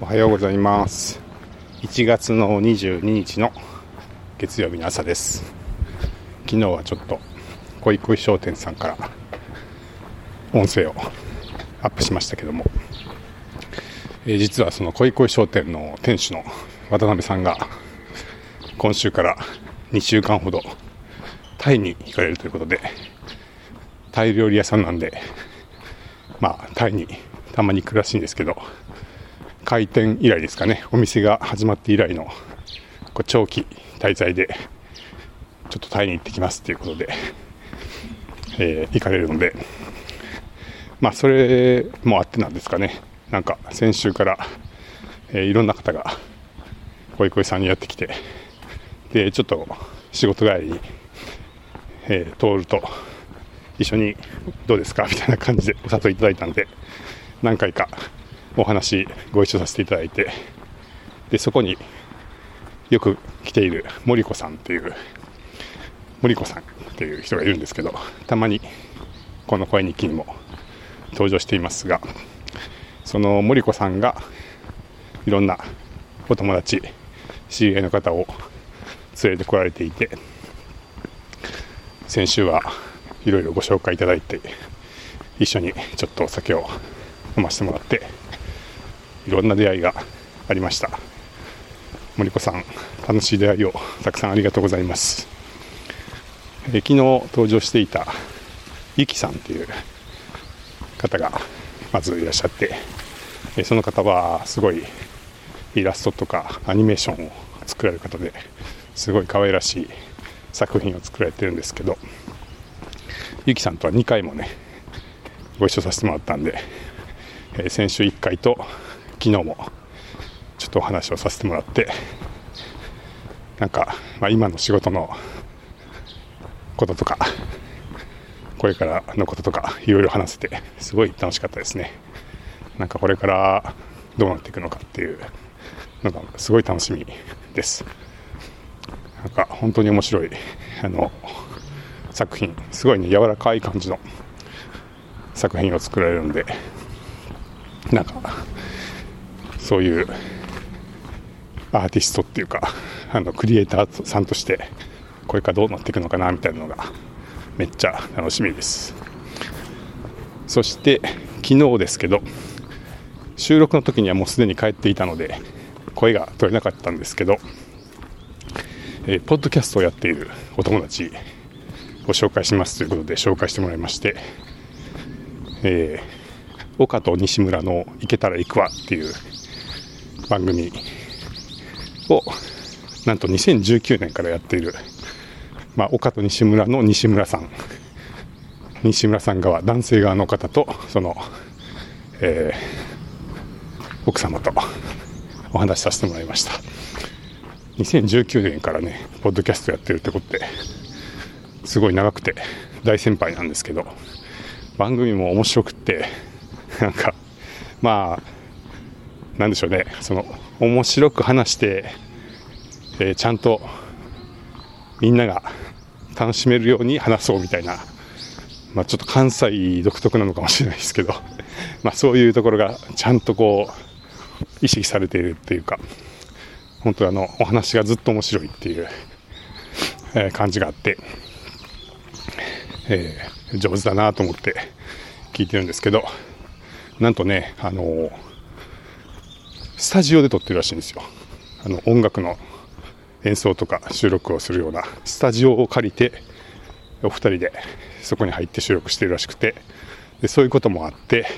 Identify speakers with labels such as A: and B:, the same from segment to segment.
A: おはようございます。1月の22日の月曜日の朝です。昨日はちょっとこいこい商店さんから音声をアップしましたけども、実はそのこいこい商店の店主の渡辺さんが今週から2週間ほどタイに行かれるということで、タイ料理屋さんなんでタイにたまに来るらしいんですけど、開店以来ですかね、お店が始まって以来の長期滞在でちょっとタイに行ってきますということで、行かれるので、それもあってなんですかね、なんか先週から、いろんな方がこいこいさんにやってきて、でちょっと仕事帰りに、通ると一緒にどうですかみたいな感じでお誘いいただいたんで、何回かお話ご一緒させていただいて、でそこによく来ている森子さんっていう人がいるんですけど、たまにこの声日記にも登場していますが、その森子さんがいろんなお友達知り合いの方を連れてこられていて、先週はいろいろご紹介いただいて、一緒にちょっとお酒を飲ませてもらって、いろんな出会いがありました。森子さん、楽しい出会いをたくさんありがとうございます。昨日登場していたゆきさんという方がまずいらっしゃって、その方はすごいイラストとかアニメーションを作られる方で、すごい可愛らしい作品を作られてるんですけど、ゆきさんとは2回もねご一緒させてもらったんで、先週1回と昨日もちょっとお話をさせてもらって、なんか、今の仕事のこととかこれからのこととかいろいろ話せて、すごい楽しかったですね。なんかこれからどうなっていくのかっていうのがすごい楽しみです。なんか本当に面白い作品、すごいね柔らかい感じの作品を作られるんで、なんかそういうアーティストっていうかクリエイターさんとしてこれからどうなっていくのかなみたいなのがめっちゃ楽しみです。そして昨日ですけど、収録の時にはもうすでに帰っていたので声が取れなかったんですけど、ポッドキャストをやっているお友達を紹介しますということで紹介してもらいまして、岡と西村の行けたら行くわっていう番組をなんと2019年からやっている、岡と西村の西村さん側、男性側の方とその、奥様とお話しさせてもらいました。2019年からねポッドキャストやってるってことですごい長くて大先輩なんですけど、番組も面白くって、なんかなんでしょうね、その面白く話して、ちゃんとみんなが楽しめるように話そうみたいな、ちょっと関西独特なのかもしれないですけどそういうところがちゃんとこう意識されているっていうか、本当にお話がずっと面白いっていう、感じがあって、上手だなと思って聞いてるんですけど、なんとねスタジオで撮ってるらしいんですよ。音楽の演奏とか収録をするようなスタジオを借りてお二人でそこに入って収録してるらしくて、でそういうこともあって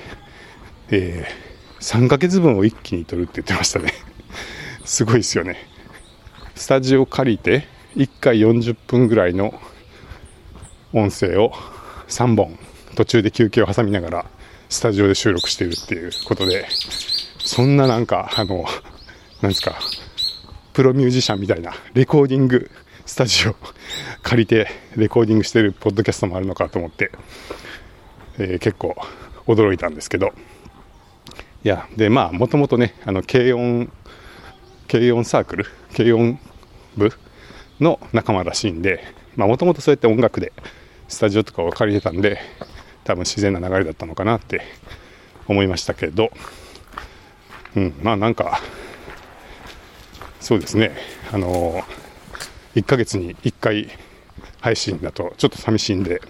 A: 、3ヶ月分を一気に撮るって言ってましたねすごいですよね。スタジオ借りて1回40分ぐらいの音声を3本途中で休憩を挟みながらスタジオで収録しているっていうことで、そんななんかなんですか、プロミュージシャンみたいなレコーディングスタジオ借りてレコーディングしてるポッドキャストもあるのかと思って、結構驚いたんですけど、いやでもともとね軽音サークル、軽音部の仲間らしいんで、もともとそうやって音楽でスタジオとかを借りてたんで、多分自然な流れだったのかなって思いましたけど、 まあなんかそうですね、1ヶ月に1回配信だとちょっと寂しいんで、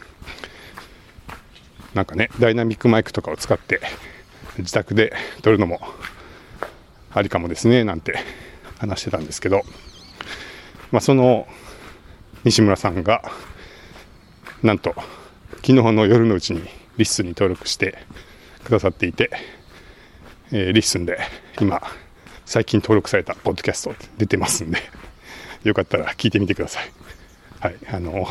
A: なんかねダイナミックマイクとかを使って自宅で撮るのもありかもですねなんて話してたんですけど、まあその西村さんがなんと昨日の夜のうちにリッスンに登録してくださっていて、リッスンで今最近登録されたポッドキャスト出てますんで、よかったら聞いてみてください。はい、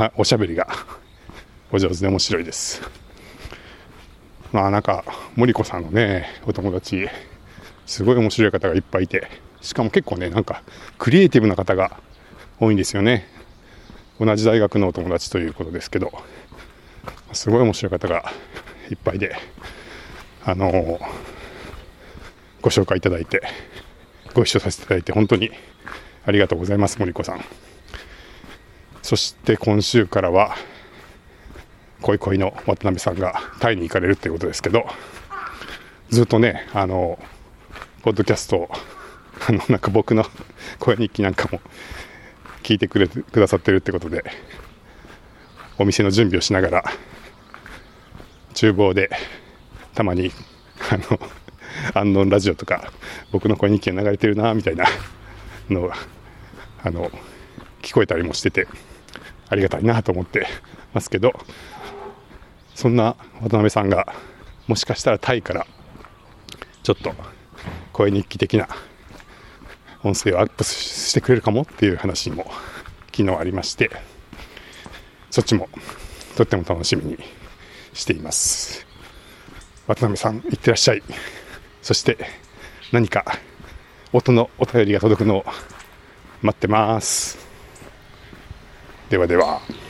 A: おしゃべりがお上手で面白いです。まあなんか森子さんのねお友達すごい面白い方がいっぱいいて、しかも結構ねなんかクリエイティブな方が多いんですよね。同じ大学のお友達ということですけど、すごい面白い方がいっぱいで、ご紹介いただいてご一緒させていただいて本当にありがとうございます、森子さん。そして今週からは恋恋の渡辺さんがタイに行かれるということですけど、ずっとねポッドキャストなんか僕の声日記なんかも聞いてくださってるってことで、お店の準備をしながら厨房でたまにアンノンラジオとか僕の声日記が流れてるなみたいなのが聞こえたりもしててありがたいなと思ってますけど、そんな渡辺さんがもしかしたらタイからちょっと声日記的な音声をアップしてくれるかもっていう話も昨日ありまして、そっちもとっても楽しみにしています。渡辺さんいってらっしゃい。そして何か音のお便りが届くのを待ってます。ではでは。